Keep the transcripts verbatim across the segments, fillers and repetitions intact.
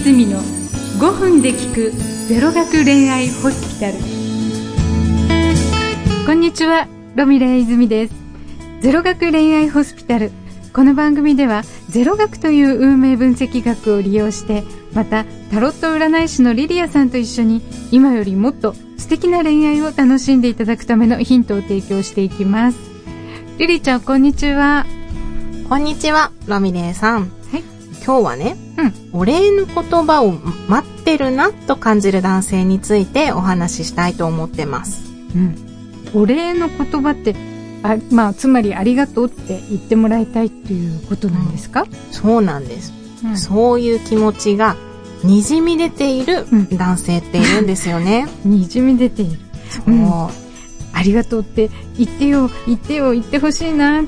泉のごふんで聞くゼロ学恋愛ホスピタル。こんにちは、ロミレイ泉です。ゼロ学恋愛ホスピタル。この番組ではゼロ学という運命分析学を利用して、またタロット占い師のリリアさんと一緒に今よりもっと素敵な恋愛を楽しんでいただくためのヒントを提供していきます。リリーちゃん、こんにちは。 こんにちは、ロミレイさん。 はい。 今日はね、 うん、 お礼の言葉を待ってるなと感じる男性についてお話ししたいと思ってます。 うん。お礼の言葉って、あ、まあつまりありがとうって言ってもらいたいっていうことなんですか？うん、 そうなんです、うん。そういう気持ちがにじみ出ている男性っているんですよね。 うん、にじみ出ている。 そう、うん、 ありがとうって言ってよ言ってよ言ってほしいなって、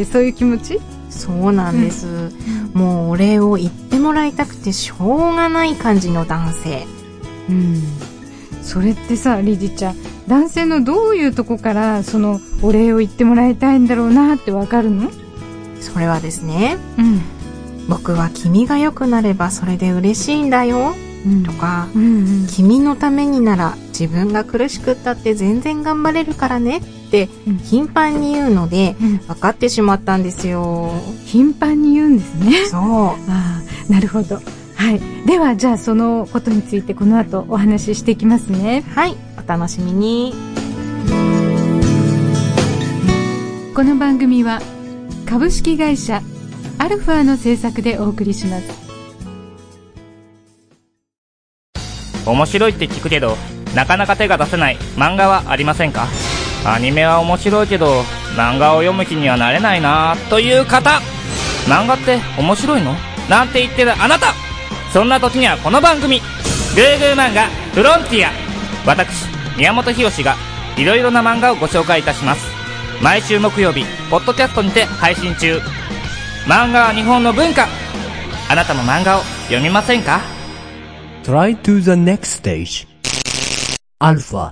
そういう気持ち？ そうなんです、うん、もうお礼を言ってもらいたくてしょうがない感じの男性。 うん。それってさ、リジちゃん、男性のどういうとこからそのお礼を言ってもらいたいんだろうなってわかるの？ それはですね、 うん、 僕は君が良くなればそれで嬉しいんだよ、うん、とか、 うんうん、 君のためになら自分が苦しくったって全然頑張れるからねって頻繁に言うので、うん、分かってしまったんですよ。 頻繁に言うんですね。 そう。 ああ、なるほど。はい。では、じゃあそのことについてこの後お話ししていきますね。 はい。お楽しみに。 この番組は株式会社アルファの制作でお送りします。 面白いって聞くけどなかなか手が出せない漫画はありませんか？アニメは面白いけど漫画を読む気にはなれないなという方、漫画って面白いの？なんて言ってるあなた、そんな時にはこの番組、グーグー漫画フロンティア、私宮本浩がいろいろな漫画をご紹介いたします。毎週木曜日ポッドキャストにて配信中。漫画は日本の文化、あなたも漫画を読みませんか？ Try to the next stage. アルファ。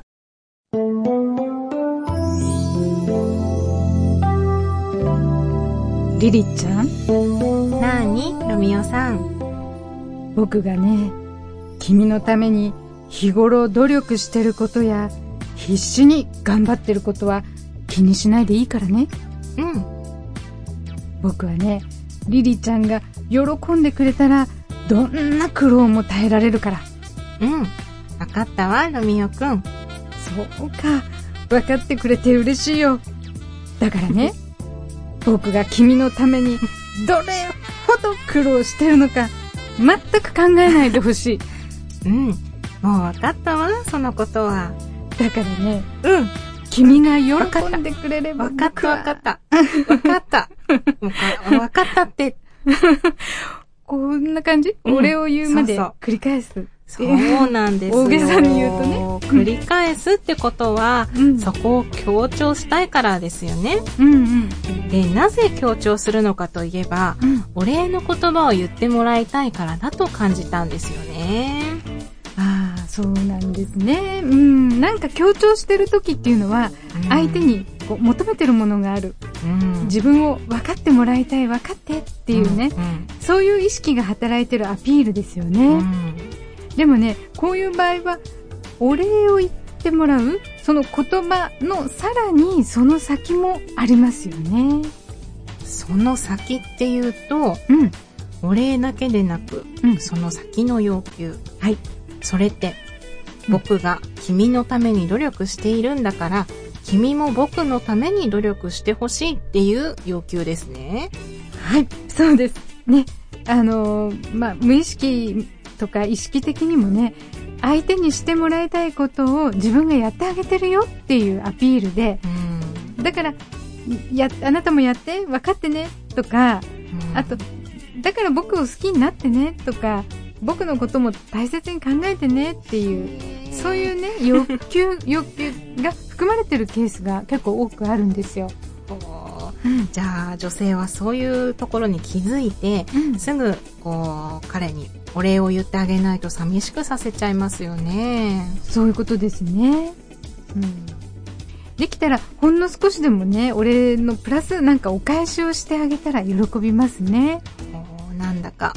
リリちゃん。 なーに、ロミオさん。 僕がね、君のために日頃努力してることや必死に頑張ってることは気にしないでいいからね。 うん。 僕はね、リリちゃんが喜んでくれたらどんな苦労も耐えられるから。 うん。わかったわ、ロミオくん。 そうか。わかってくれて嬉しいよ。だからね、僕が君のためにどれほど苦労してるのか全く考えないでほしい。 うん。もうわかったわ、そのことは。 だからね、 うん。 君が喜んでくれれば。 わかったわかった。わかった。わかったって。 こんな感じ、うん、お礼を言うまで繰り返す。 そうなんですよ。 大げさに言うとね。 繰り返すってことは、うん、そこを強調したいからですよね。 うんうん、 で、なぜ強調するのかといえば、うん、お礼の言葉を言ってもらいたいからだと感じたんですよね。 ああ、そうなんですね。うん、なんか強調してる時っていうのは、うん、相手にこう求めてるものがある、うん、自分を分かってもらいたい、分かってっていうね、うんうん、そういう意識が働いてるアピールですよね。うん、でもね、こういう場合はお礼を言ってもらうその言葉のさらにその先もありますよね。 その先っていうと、 うん、 お礼だけでなく、うん、その先の要求、 はい、 それって僕が君のために努力しているんだから、君も僕のために努力してほしいっていう要求ですね。 はい、そうですね。あのー、まあ、無意識とか意識的にもね、相手にしてもらいたいことを自分がやってあげてるよっていうアピールで、うん、だからやあなたもやって分かってねとか、うん、あとだから僕を好きになってねとか、僕のことも大切に考えてねっていう、そういうね欲求欲求が含まれてるケースが結構多くあるんですよ。 うん、じゃあ女性はそういうところに気づいて、うん、すぐこう彼にお礼を言ってあげないと寂しくさせちゃいますよね。 そういうことですね。うん、できたらほんの少しでもね、お礼のプラスなんかお返しをしてあげたら喜びますね。 なんだか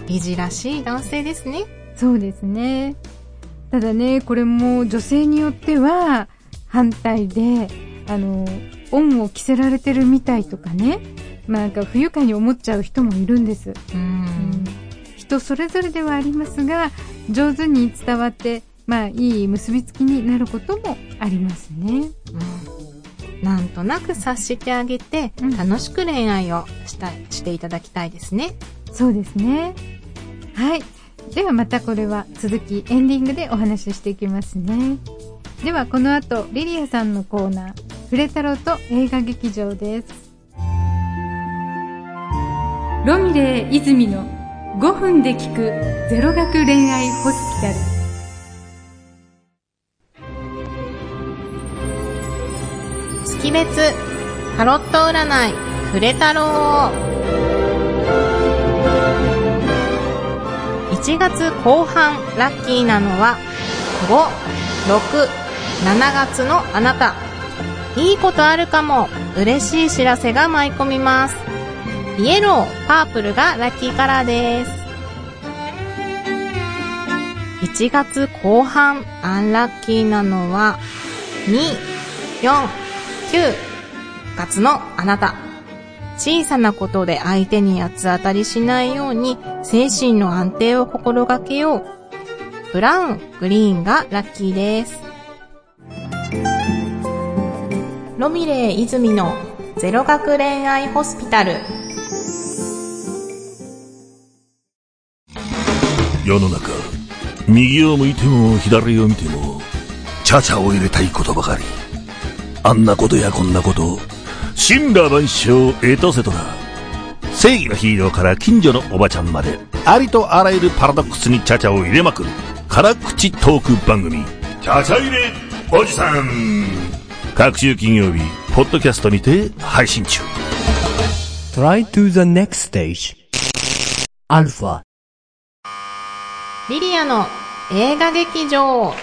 美人らしい男性ですね。 そうですね。ただね、これも女性によっては反対で、あの恩を着せられてるみたいとかね、まあ、なんか不愉快に思っちゃう人もいるんです。 うん、うん、 人それぞれではありますが、上手に伝わって、まあいい結びつきになることもありますね。 うん、なんとなく察してあげて、うん、楽しく恋愛をしたしていただきたいですね。 そうですね。はい。ではまたこれは続きエンディングでお話ししていきますね。ではこの後リリアさんのコーナー、フレタロと映画劇場です。ロミレイ泉のごふんで聞くゼロ学恋愛ホスピタル。 月別タロット占いフレタロー。いちがつこう半ラッキーなのはご、ろく、しちがつのあなた。いいことあるかも。嬉しい知らせが舞い込みます。イエロー、パープルがラッキーカラーです。いちがつこう半アンラッキーなのはに、よん、きゅうがつのあなた。小さなことで相手に八つ当たりしないように精神の安定を心がけよう。ブラウン、グリーンがラッキーです。ロミレイ泉のゼロ学恋愛ホスピタル。 世の中、右を向いても左を見てもチャチャを入れたいことばかり。あんなことやこんなこと、神羅万象エトセトラ。正義のヒーローから近所のおばちゃんまで、ありとあらゆるパラドックスにチャチャを入れまくる辛口トーク番組、チャチャ入れおじさん。各週金曜日ポッドキャストにて配信中。 Try to the next stage アルファ。 リリアの映画劇場。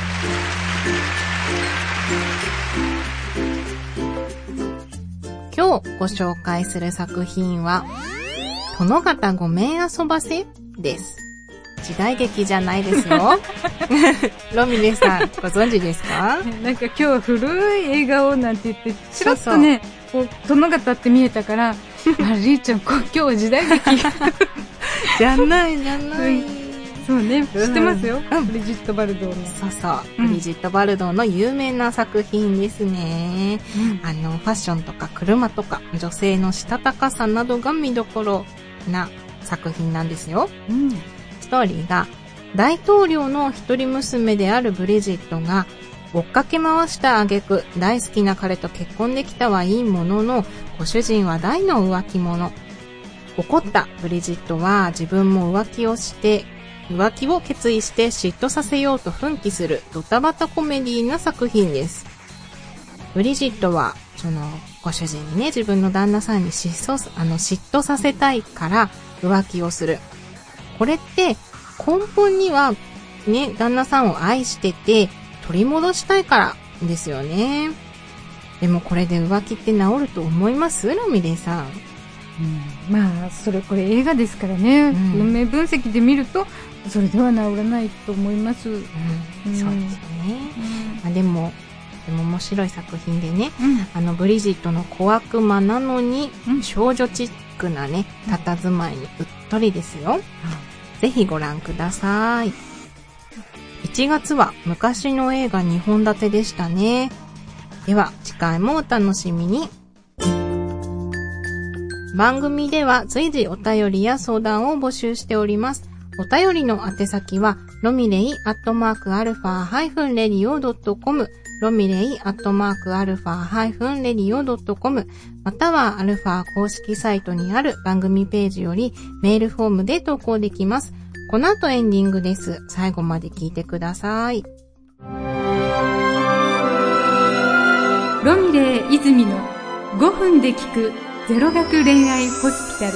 今日ご紹介する作品は殿方ごめん遊ばせです。時代劇じゃないですよ。ロミネさんご存知ですか？ なんか今日は古い映画をなんて言ってちらっとね、そうそう、こう殿方って見えたからあ、リーちゃんこ今日は時代劇じゃないじゃない、 そうね、知ってますよ、うん、ブリジット・バルドーの。 そうそう、うん、ブリジット・バルドーの有名な作品ですね、うん、あのファッションとか車とか女性のしたたかさなどが見どころな作品なんですよ、うん、ストーリーが大統領の一人娘であるブリジットが追っかけ回した挙句大好きな彼と結婚できたはいいものの、ご主人は大の浮気者。怒ったブリジットは自分も浮気をして浮気を決意して嫉妬させようと奮起するドタバタコメディーな作品です。ブリジットはそのご主人にね、自分の旦那さんに嫉妬、あの嫉妬させたいから浮気をする。これって根本にはね、旦那さんを愛してて取り戻したいからですよね。でもこれで浮気って治ると思います？ロミレさん。 うん、まあそれこれ映画ですからね、うん、運命分析で見るとそれでは治らないと思います、うんうん、そうですよね、うんまあ、でもでも面白い作品でね、うん、あのブリジットの小悪魔なのに、うん、少女チックなね佇まいにうっとりですよ、うん、ぜひご覧ください。いちがつは昔の映画にほん立てでしたね。では次回もお楽しみに。番組では随時お便りや相談を募集しております。お便りの宛先はロミレイアットマークアルファハイフンレディオドットコム、ロミレイアットマークアルファハイフンレディオドットコム、またはアルファ公式サイトにある番組ページよりメールフォームで投稿できます。この後エンディングです。最後まで聞いてください。 ロミレイ泉のごふんで聞くゼロ学恋愛ホスピタル。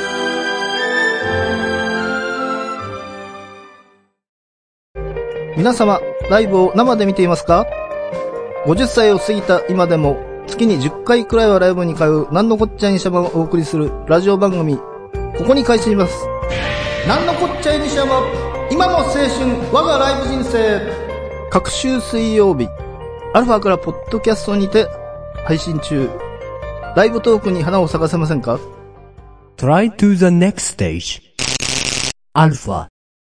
皆様、ライブを生で見ていますか？ごじゅっさいを過ぎた今でも月にじゅっかいくらいはライブに通うなんのこっちゃいにしゃばをお送りするラジオ番組、ここに開始します。 なんのこっちゃい西山、今も青春、我がライブ人生。各週水曜日、アルファからポッドキャストにて配信中。ライブトークに花を咲かせませんか？ Try to the next stage. アルファ。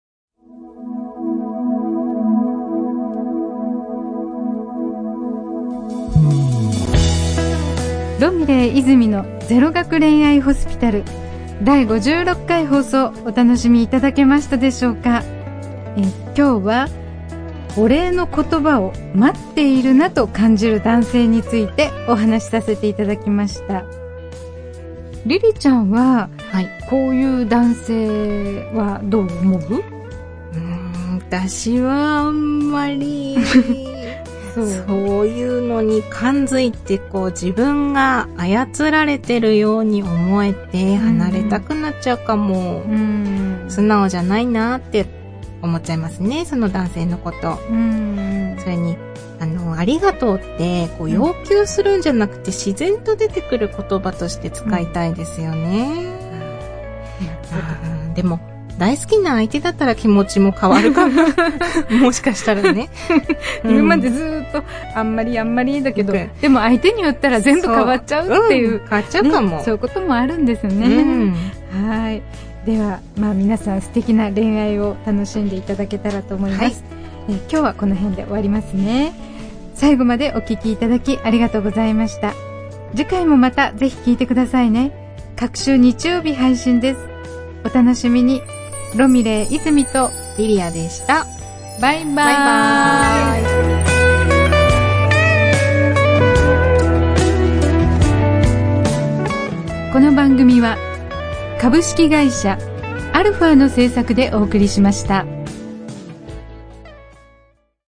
ロミレイ泉のゼロ学恋愛ホスピタルだいごじゅうろっかい放送、お楽しみいただけましたでしょうか。え今日はお礼の言葉を待っているなと感じる男性についてお話しさせていただきました。リリちゃんは、はい、こういう男性はどう思う？うーん、私はあんまりそう、そういうのに感づいてこう自分が操られてるように思えて離れたくなっちゃうかも。うん、素直じゃないなって思っちゃいますね、その男性のこと。うん、それにあのありがとうってこう要求するんじゃなくて自然と出てくる言葉として使いたいですよね。うんうん、でも大好きな相手だったら気持ちも変わるかももしかしたらね、 うん、今までずーっとあんまりあんまりだけど、でも相手によったら全部変わっちゃうっていう、 うん、変わっちゃうかも、 ね、そういうこともあるんですよね、うん、はい。では、まあ、皆さん素敵な恋愛を楽しんでいただけたらと思います、はい。え今日はこの辺で終わりますね。最後までお聞きいただきありがとうございました。次回もまたぜひ聞いてくださいね。各週日曜日配信です。お楽しみに。ロミレイ泉とリリアでした。 バイバイ。 バイバイ。 この番組は株式会社アルファの制作でお送りしました。